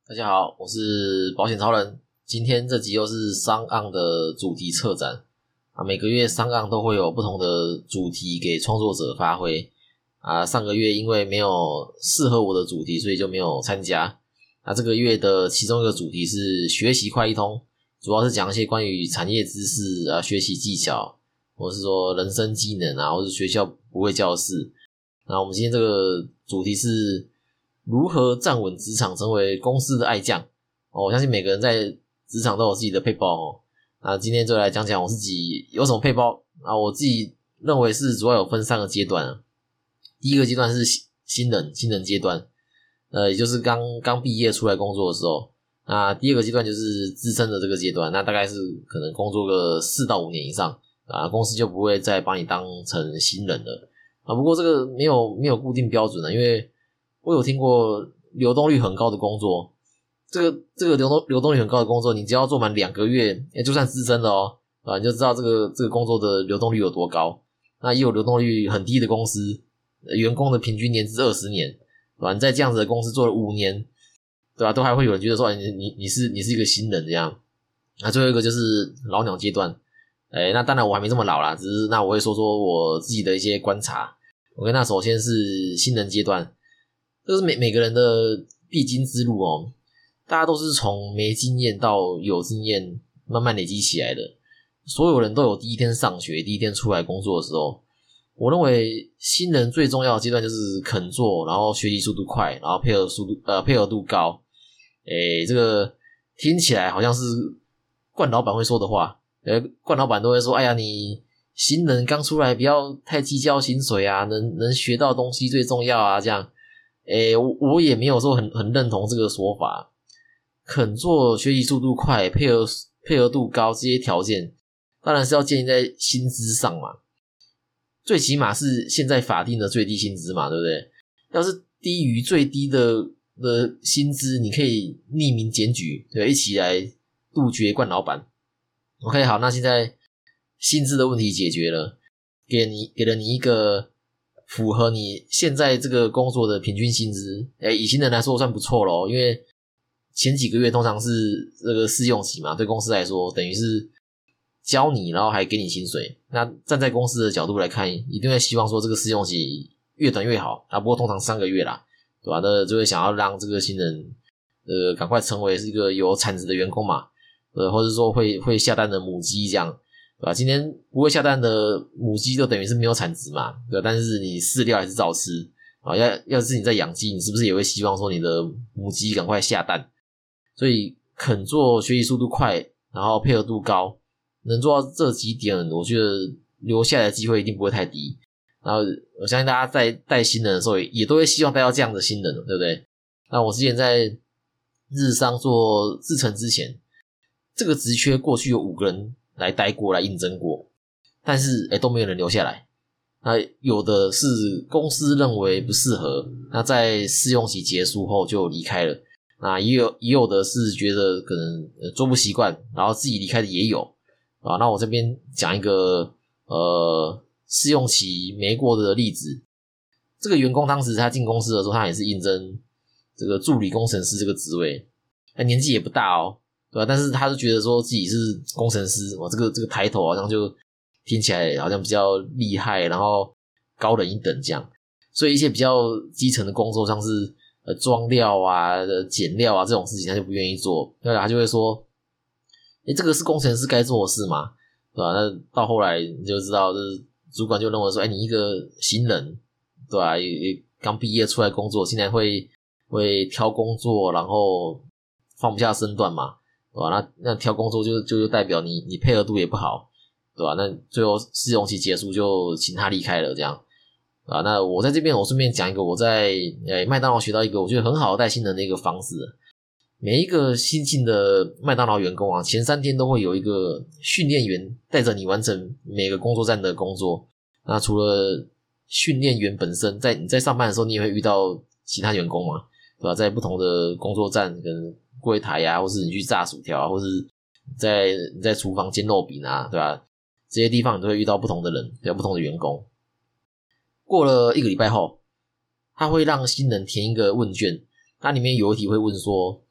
大家好，我是保险超人。今天这集又是商岸的主题策展每个月商岸都会有不同的主题给创作者发挥上个月因为没有适合我的主题，所以就没有参加。这个月的其中一个主题是学习快一通，主要是讲一些关于产业知识学习技巧，或是说人生技能或是学校不会教的事。那我们今天这个主题是如何站稳职场，成为公司的爱将我相信每个人在职场都有自己的配包那今天就来讲讲我自己有什么配包我自己认为是主要有分3个阶段第一个阶段是新人阶段也就是刚毕业出来工作的时候。那第二个阶段就是资深的这个阶段，那大概是可能工作个4到5年以上公司就不会再把你当成新人了不过这个没有固定标准因为我有听过流动率很高的工作，这个流动率很高的工作，你只要做满2个月就算资深了你就知道这个工作的流动率有多高。那也有流动率很低的公司，员工的平均年资20年你在这样子的公司做了5年对吧，都还会有人觉得说你是一个新人这样。那最后一个就是老鸟阶段那当然我还没这么老啦，只是那我会说我自己的一些观察。OK， 那首先是新人阶段，这是每个人的必经之路大家都是从没经验到有经验慢慢累积起来的。所有人都有第一天上学第一天出来工作的时候。我认为新人最重要的阶段就是肯做，然后学习速度快，然后配合度高这个听起来好像是冠老板会说的话冠老板都会说哎呀你新人刚出来不要太计较薪水能学到东西最重要这样我也没有说很认同这个说法。肯做学习速度快配合度高这些条件当然是要建立在薪资上嘛，最起码是现在法定的最低薪资嘛，对不对？要是低于最低的薪资你可以匿名检举对，一起来杜绝冠老板。 OK， 好，那现在薪资的问题解决了，给了你一个符合你现在这个工作的平均薪资以新人来说算不错咯，因为前几个月通常是这个试用期嘛，对公司来说等于是教你然后还给你薪水。那站在公司的角度来看，一定会希望说这个试用期越短越好不过通常3个月啦，对吧？那就会想要让这个新人赶快成为是一个有产值的员工嘛，或者说会下单的母鸡这样，对吧？今天不会下单的母鸡就等于是没有产值嘛，对吧？但是你饲料还是照吃要是你在养鸡，你是不是也会希望说你的母鸡赶快下蛋？所以肯做学习速度快然后配合度高，能做到这几点我觉得留下来的机会一定不会太低。然后我相信大家在带新人的时候也都会希望带到这样的新人，对不对？那我之前在日商做制程之前，这个职缺过去有5个人来待过来应征过，但是都没有人留下来。那有的是公司认为不适合，那在试用期结束后就离开了。那也有的是觉得可能做不习惯然后自己离开的也有那我这边讲一个试用期没过的例子。这个员工当时他进公司的时候，他也是应征这个助理工程师这个职位，年纪也不大对吧？但是他就觉得说自己是工程师这个抬头好像就听起来好像比较厉害，然后高人一等这样。所以一些比较基层的工作，像是装料减料这种事情他就不愿意做，对吧？他就会说这个是工程师该做的事吗？对吧？那到后来你就知道，就是主管就认为说你一个新人对吧，也刚毕业出来工作，现在会挑工作，然后放不下身段嘛，对吧？那挑工作就代表你配合度也不好，对吧？那最后试用期结束就请他离开了这样那我在这边我顺便讲一个我在麦当劳学到一个我觉得很好的带新人的一个方式。每一个新进的麦当劳员工前3天都会有一个训练员带着你完成每个工作站的工作。那除了训练员本身，你在上班的时候你也会遇到其他员工嘛，对吧？在不同的工作站，可能柜台或是你去炸薯条或是你在厨房煎肉饼对吧？这些地方你都会遇到不同的人，有不同的员工。过了1个礼拜后，他会让新人填一个问卷，那里面有一题会问说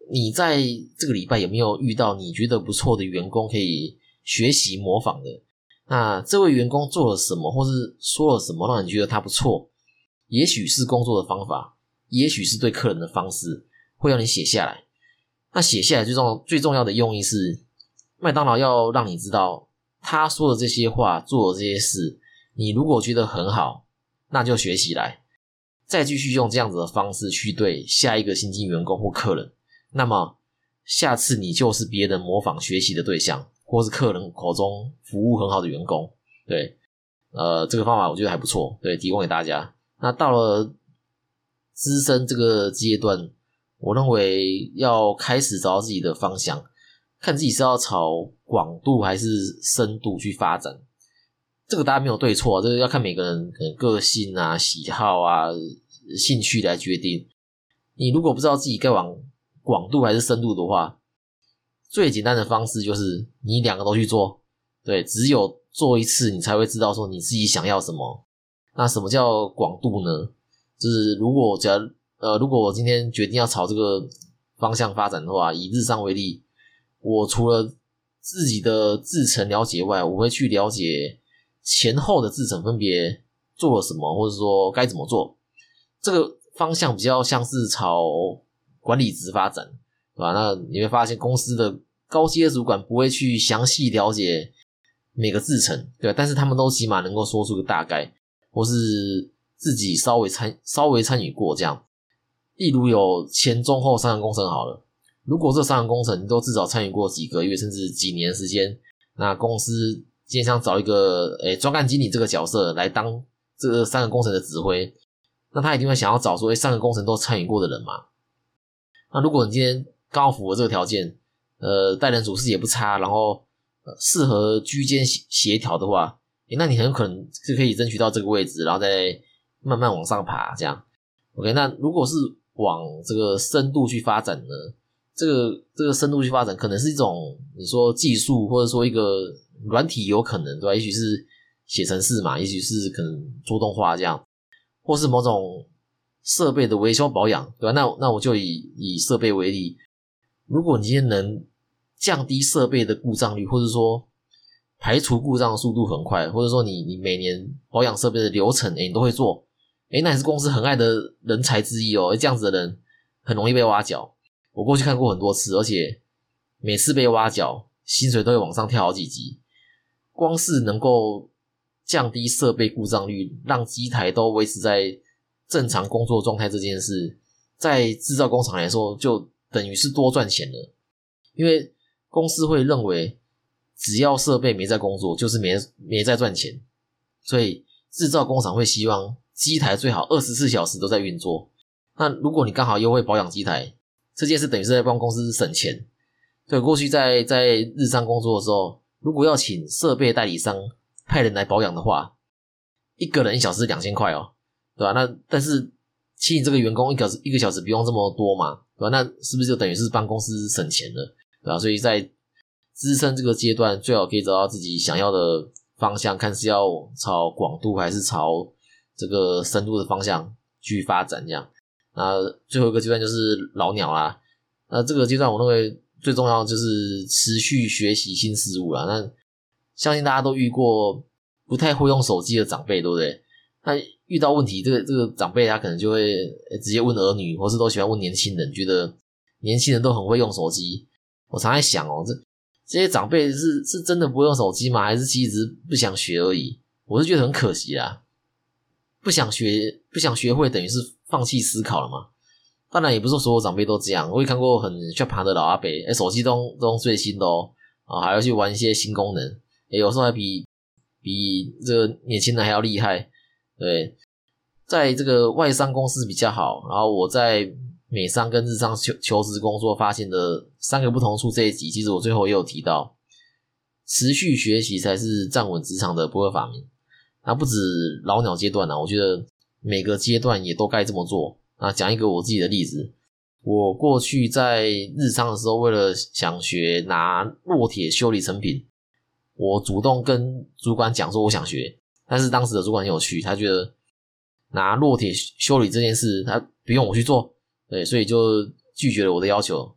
你在这个礼拜有没有遇到你觉得不错的员工可以学习模仿的？那这位员工做了什么，或是说了什么让你觉得他不错？也许是工作的方法，也许是对客人的方式，会让你写下来。那写下来最重要的用意是，麦当劳要让你知道他说的这些话，做的这些事，你如果觉得很好，那就学习来，再继续用这样子的方式去对下一个新进员工或客人，那么下次你就是别人模仿学习的对象，或是客人口中服务很好的员工。对，这个方法我觉得还不错，对，提供给大家。那到了资深这个阶段，我认为要开始找到自己的方向，看自己是要朝广度还是深度去发展。这个大家没有对错，这个要看每个人可能个性啊、喜好啊、兴趣来决定。你如果不知道自己该往广度还是深度的话，最简单的方式就是你两个都去做。对，只有做一次你才会知道说你自己想要什么。那什么叫广度呢？就是如果我今天决定要朝这个方向发展的话，以日商为例，我除了自己的制程了解外，我会去了解前后的制程分别做了什么，或者说该怎么做。这个方向比较像是朝管理职发展，对吧？那你会发现公司的高阶主管不会去详细了解每个制程，对吧？但是他们都起码能够说出个大概，或是自己稍微参与过这样。例如有前中后商人工程好了，如果这商人工程你都至少参与过几个月甚至几年的时间，那公司今天想找一个专案经理这个角色来当这个商人工程的指挥，那他一定会想要找说商人工程都参与过的人嘛。那如果你今天刚好符合这个条件，待人处事也不差，然后适合居间协调的话，那你很有可能是可以争取到这个位置，然后再慢慢往上爬这样。OK， 那如果是往这个深度去发展呢？这个深度去发展可能是一种你说技术，或者说一个软体有可能，对吧？也许是写程式嘛，也许是可能做动画这样，或是某种设备的维修保养，对吧？那我就以设备为例，如果你今天能降低设备的故障率，或者说排除故障的速度很快，或者说你每年保养设备的流程你都会做，那也是公司很爱的人才之一哦。这样子的人很容易被挖角，我过去看过很多次，而且每次被挖角薪水都会往上跳好几级。光是能够降低设备故障率，让机台都维持在正常工作状态这件事，在制造工厂来说就等于是多赚钱了。因为公司会认为只要设备没在工作就是没在赚钱，所以制造工厂会希望机台最好24小时都在运作。那如果你刚好又会保养机台，这件事等于是在帮公司省钱。对，过去在日商工作的时候，如果要请设备代理商派人来保养的话，一个人1小时2000块哦，对吧？那但是请你这个员工一个小时不用这么多嘛，对吧？那是不是就等于是帮公司省钱了，对吧？所以在资深这个阶段，最好可以找到自己想要的方向，看是要朝广度还是朝这个深度的方向去发展这样。那最后一个阶段就是老鸟啦，那这个阶段我认为最重要的就是持续学习新事物啦。那相信大家都遇过不太会用手机的长辈，对不对？那遇到问题，这个长辈他可能就会直接问儿女，或是都喜欢问年轻人，觉得年轻人都很会用手机。我常在想哦，这些长辈是真的不会用手机吗？还是其实只是不想学而已？我是觉得很可惜啦。不想学会等于是放弃思考了嘛。当然也不是说所有长辈都这样，我也看过很炫爬的老阿伯，手机都用最新的哦，还要去玩一些新功能，有时候还比这个年轻人还要厉害。对，在这个外商公司比较好，然后我在美商跟日商求职工作发现的3个不同处，这一集其实我最后也有提到，持续学习才是站稳职场的不二法门。那不止老鸟阶段我觉得每个阶段也都该这么做。那讲一个我自己的例子，我过去在日商的时候，为了想学拿烙铁修理成品，我主动跟主管讲说我想学，但是当时的主管很有趣，他觉得拿烙铁修理这件事他不用我去做，对，所以就拒绝了我的要求。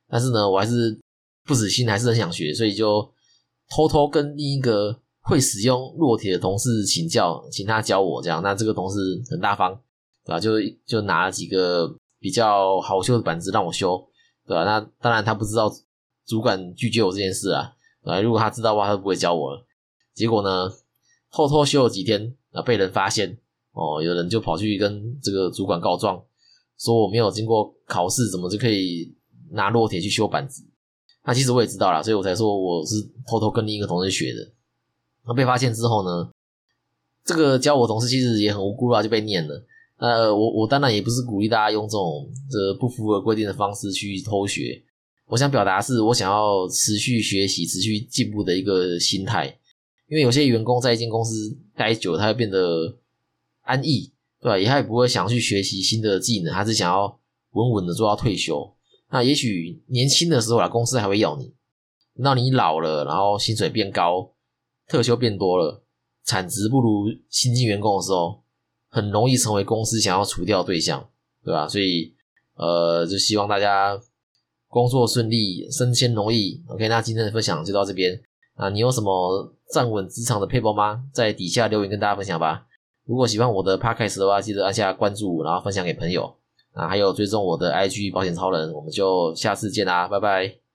但是呢，我还是不死心，还是很想学，所以就偷偷跟另一个会使用烙铁的同事请教，请他教我这样。那这个同事很大方，对吧？就拿了几个比较好修的板子让我修，对吧？那当然他不知道主管拒绝我这件事啊，对吧？如果他知道的话，他就不会教我了。结果呢，偷偷修了几天，被人发现哦，有人就跑去跟这个主管告状，说我没有经过考试，怎么就可以拿烙铁去修板子？那其实我也知道啦，所以我才说我是偷偷跟另一个同事学的。那被发现之后呢，这个教我同事其实也很无辜啦，就被念了。我当然也不是鼓励大家用这种不符合规定的方式去偷学。我想表达是我想要持续学习、持续进步的一个心态。因为有些员工在一间公司待久了，他会变得安逸，对吧？他也不会想去学习新的技能，他只想要稳稳的做到退休。那也许年轻的时候啦，公司还会要你，等到你老了，然后薪水变高，特休变多了，产值不如新进员工的时候，很容易成为公司想要除掉的对象，对吧？所以就希望大家工作顺利，升迁容易。 OK， 那今天的分享就到这边。你有什么站稳职场的撇步吗？在底下留言跟大家分享吧。如果喜欢我的 podcast 的话，记得按下关注，然后分享给朋友。还有追踪我的 IG 保险超人，我们就下次见啦，拜拜。